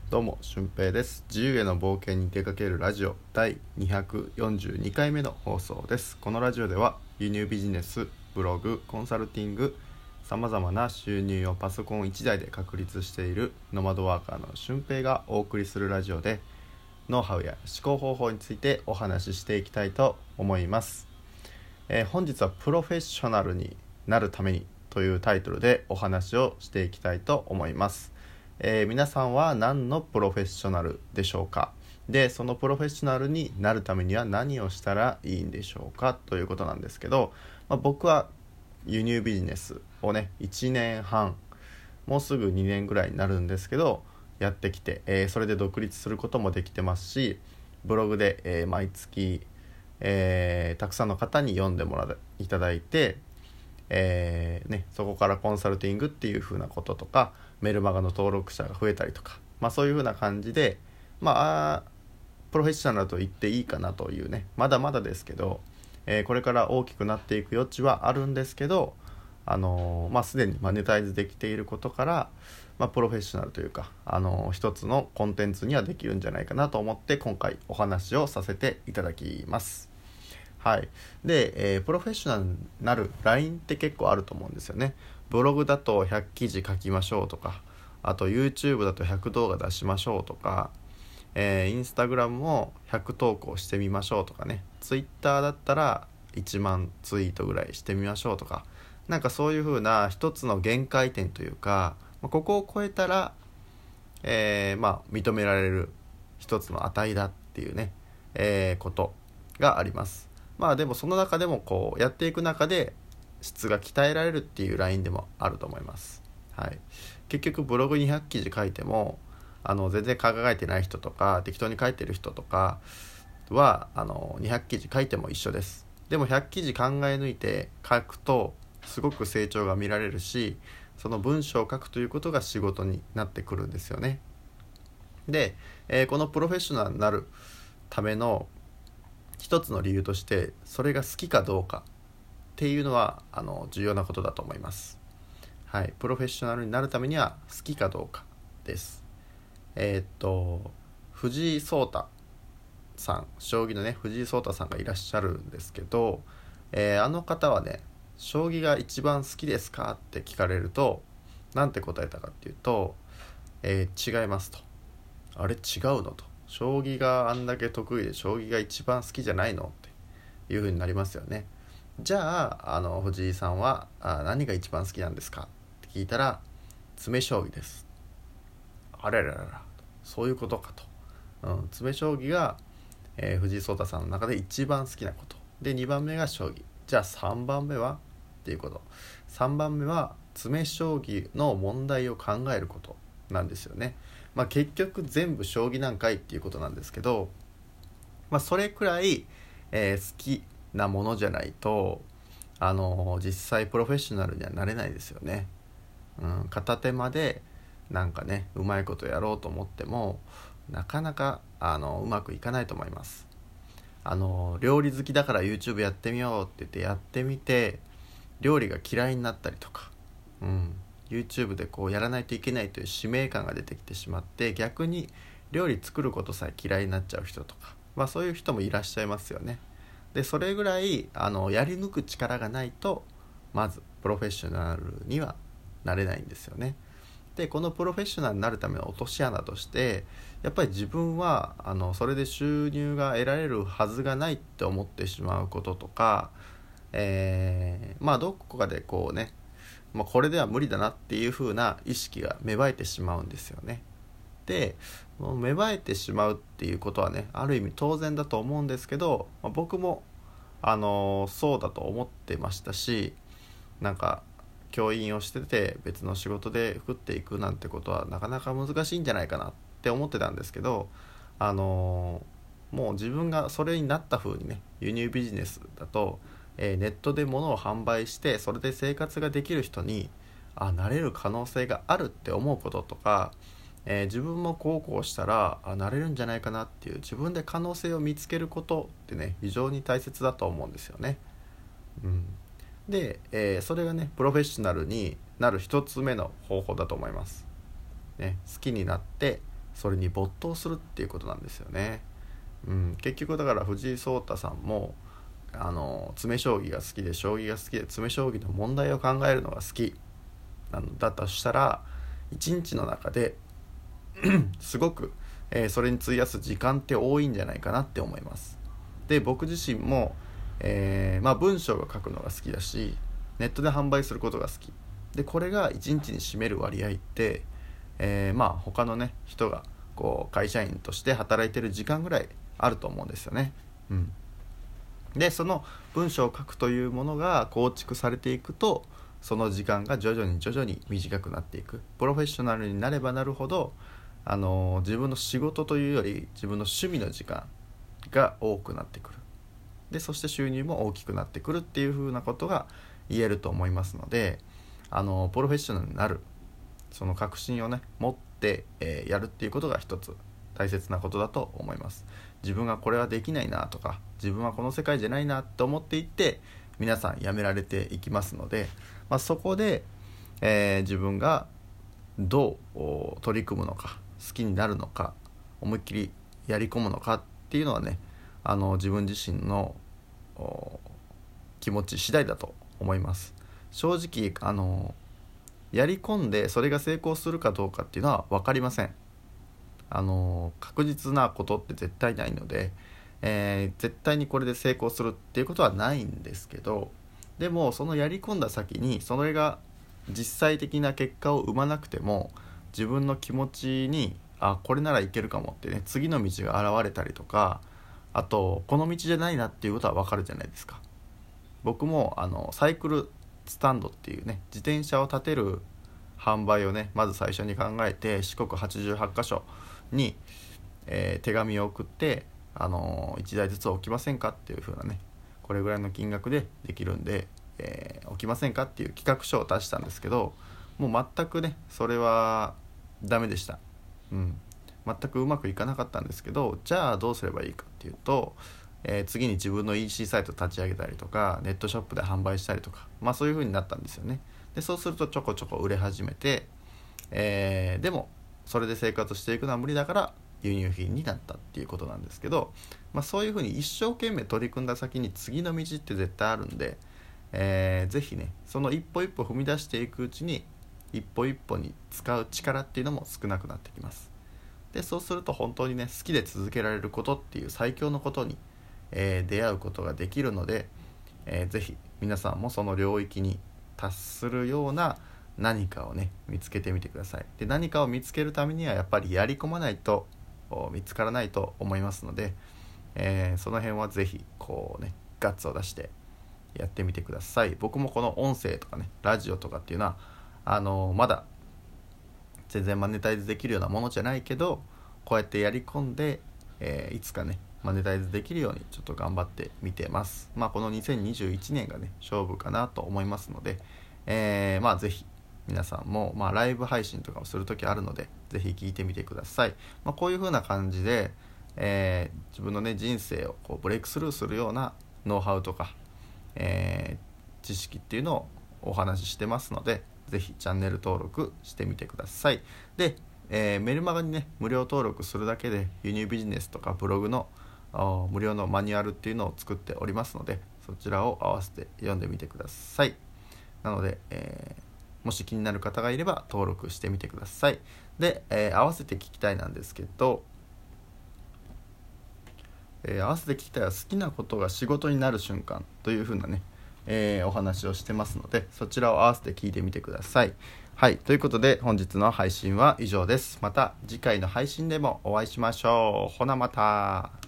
どうも、俊平です。自由への冒険に出かけるラジオ第242回目の放送です。このラジオでは輸入ビジネス、ブログ、コンサルティング、さまざまな収入をパソコン1台で確立しているノマドワーカーの俊平がお送りするラジオで、ノウハウや思考方法についてお話ししていきたいと思います。本日はプロフェッショナルになるためにというタイトルでお話をしていきたいと思います。皆さんは何のプロフェッショナルでしょうか。で、そのプロフェッショナルになるためには何をしたらいいんでしょうかということなんですけど、僕は輸入ビジネスをね1年半もうすぐ2年ぐらいになるんですけどやってきて、それで独立することもできてますし、ブログで、毎月、たくさんの方に読んでいただいて、そこからコンサルティングっていう風なこととかメルマガの登録者が増えたりとか、そういう風な感じでプロフェッショナルと言っていいかなというね、まだまだですけど、これから大きくなっていく余地はあるんですけど、すでにマネタイズできていることから、プロフェッショナルというか、一つのコンテンツにはできるんじゃないかなと思って今回お話をさせていただきます。はい。で、プロフェッショナルになるラインって結構あると思うんですよね。ブログだと100記事書きましょうとか、あと YouTube だと100動画出しましょうとか、インスタグラムも100投稿してみましょうとかね、Twitter だったら1万ツイートぐらいしてみましょうとか、なんかそういう風な一つの限界点というか、ここを超えたら、認められる一つの値だっていうね、ことがあります。でもその中でもこうやっていく中で質が鍛えられるっていうラインでもあると思います。はい。結局ブログに100記事書いても全然考えてない人とか適当に書いてる人とかは200記事書いても一緒です。でも100記事考え抜いて書くとすごく成長が見られるし、その文章を書くということが仕事になってくるんですよね。で、このプロフェッショナルになるための一つの理由として、それが好きかどうかっていうのは重要なことだと思います。はい。プロフェッショナルになるためには好きかどうかです。藤井聡太さん、将棋のね藤井聡太さんがいらっしゃるんですけど、あの方はね、将棋が一番好きですかって聞かれるとなんて答えたかっていうと、違いますと。あれ違うのと、将棋があんだけ得意で将棋が一番好きじゃないのっていう風になりますよね。じゃあ藤井さんは何が一番好きなんですかって聞いたら、詰将棋です。あれららら、そういうことかと。詰将棋が、藤井聡太さんの中で一番好きなことで、2番目が将棋。じゃあ3番目はっていうこと。3番目は詰将棋の問題を考えることなんですよね。結局全部将棋なんかいっていうことなんですけど、それくらい、好きなものじゃないと実際プロフェッショナルにはなれないですよね。片手間でなんかねうまいことやろうと思ってもなかなかうまくいかないと思います。料理好きだから YouTube やってみようって言ってやってみて料理が嫌いになったりとか、YouTube でこうやらないといけないという使命感が出てきてしまって逆に料理作ることさえ嫌いになっちゃう人とか、そういう人もいらっしゃいますよね。でそれぐらいやり抜く力がないとまずプロフェッショナルにはなれないんですよね。でこのプロフェッショナルになるための落とし穴として、やっぱり自分はそれで収入が得られるはずがないって思ってしまうこととか、どこかでこうね、これでは無理だなっていう風な意識が芽生えてしまうんですよね。で芽生えてしまうっていうことはね、ある意味当然だと思うんですけど、僕もそうだと思ってましたし、なんか教員をしてて別の仕事で食っていくなんてことはなかなか難しいんじゃないかなって思ってたんですけど、もう自分がそれになった風にね、輸入ビジネスだと、ネットで物を販売してそれで生活ができる人になれる可能性があるって思うこととか、自分もこうしたらなれるんじゃないかなっていう自分で可能性を見つけることってね、非常に大切だと思うんですよね。で、それがねプロフェッショナルになる一つ目の方法だと思います、好きになってそれに没頭するっていうことなんですよね。結局だから藤井聡太さんも詰将棋が好きで将棋が好きで詰将棋の問題を考えるのが好きだとしたら一日の中ですごく、それに費やす時間って多いんじゃないかなって思います。で僕自身も、文章が書くのが好きだしネットで販売することが好きで、これが一日に占める割合って、他のね人がこう会社員として働いてる時間ぐらいあると思うんですよね。でその文章を書くというものが構築されていくとその時間が徐々に短くなっていく。プロフェッショナルになればなるほど自分の仕事というより自分の趣味の時間が多くなってくる。でそして収入も大きくなってくるっていう風なことが言えると思いますので、プロフェッショナルになるその確信をね持って、やるっていうことが一つ大切なことだと思います。自分がこれはできないなとか自分はこの世界じゃないなと思っていって皆さんやめられていきますので、そこで、自分がどう取り組むのか好きになるのか思いっきりやり込むのかっていうのはね自分自身の気持ち次第だと思います。正直やり込んでそれが成功するかどうかっていうのは分かりません。確実なことって絶対ないので、絶対にこれで成功するっていうことはないんですけど、でもそのやり込んだ先にそれが実際的な結果を生まなくても自分の気持ちにこれならいけるかもってね次の道が現れたりとか、あとこの道じゃないなっていうことは分かるじゃないですか。僕もサイクルスタンドっていうね自転車を建てる販売をねまず最初に考えて四国88カ所に、手紙を送って1台ずつ置きませんかっていう風なねこれぐらいの金額でできるんで、置きませんかっていう企画書を出したんですけど、もう全くねそれはダメでした。全くうまくいかなかったんですけど、じゃあどうすればいいかっていうと、次に自分の EC サイト立ち上げたりとかネットショップで販売したりとか、そういう風になったんですよね。でそうするとちょこちょこ売れ始めて、でもそれで生活していくのは無理だから輸入品になったっていうことなんですけど、そういう風に一生懸命取り組んだ先に次の道って絶対あるんで、ぜひねその一歩一歩踏み出していくうちに一歩一歩に使う力っていうのも少なくなってきます。でそうすると本当にね好きで続けられることっていう最強のことに、出会うことができるので、ぜひ皆さんもその領域に達するような何かをね見つけてみてください。で何かを見つけるためにはやっぱりやり込まないと見つからないと思いますので、その辺はぜひこうねガッツを出してやってみてください。僕もこの音声とかねラジオとかっていうのはまだ全然マネタイズできるようなものじゃないけど、こうやってやり込んで、いつかねマネタイズできるようにちょっと頑張ってみてます。この2021年がね勝負かなと思いますので、ぜひ皆さんも、ライブ配信とかをするときあるのでぜひ聞いてみてください。こういう風な感じで、自分のね人生をこうブレイクスルーするようなノウハウとか、知識っていうのをお話ししてますので、ぜひチャンネル登録してみてください。で、メルマガにね無料登録するだけで輸入ビジネスとかブログの無料のマニュアルっていうのを作っておりますので、そちらを合わせて読んでみてください。なので、もし気になる方がいれば登録してみてください。で、合わせて聞きたいなんですけど、合わせて聞きたいは好きなことが仕事になる瞬間という風なね、お話をしてますので、そちらを合わせて聞いてみてください。はい、ということで本日の配信は以上です。また次回の配信でもお会いしましょう。ほなまた。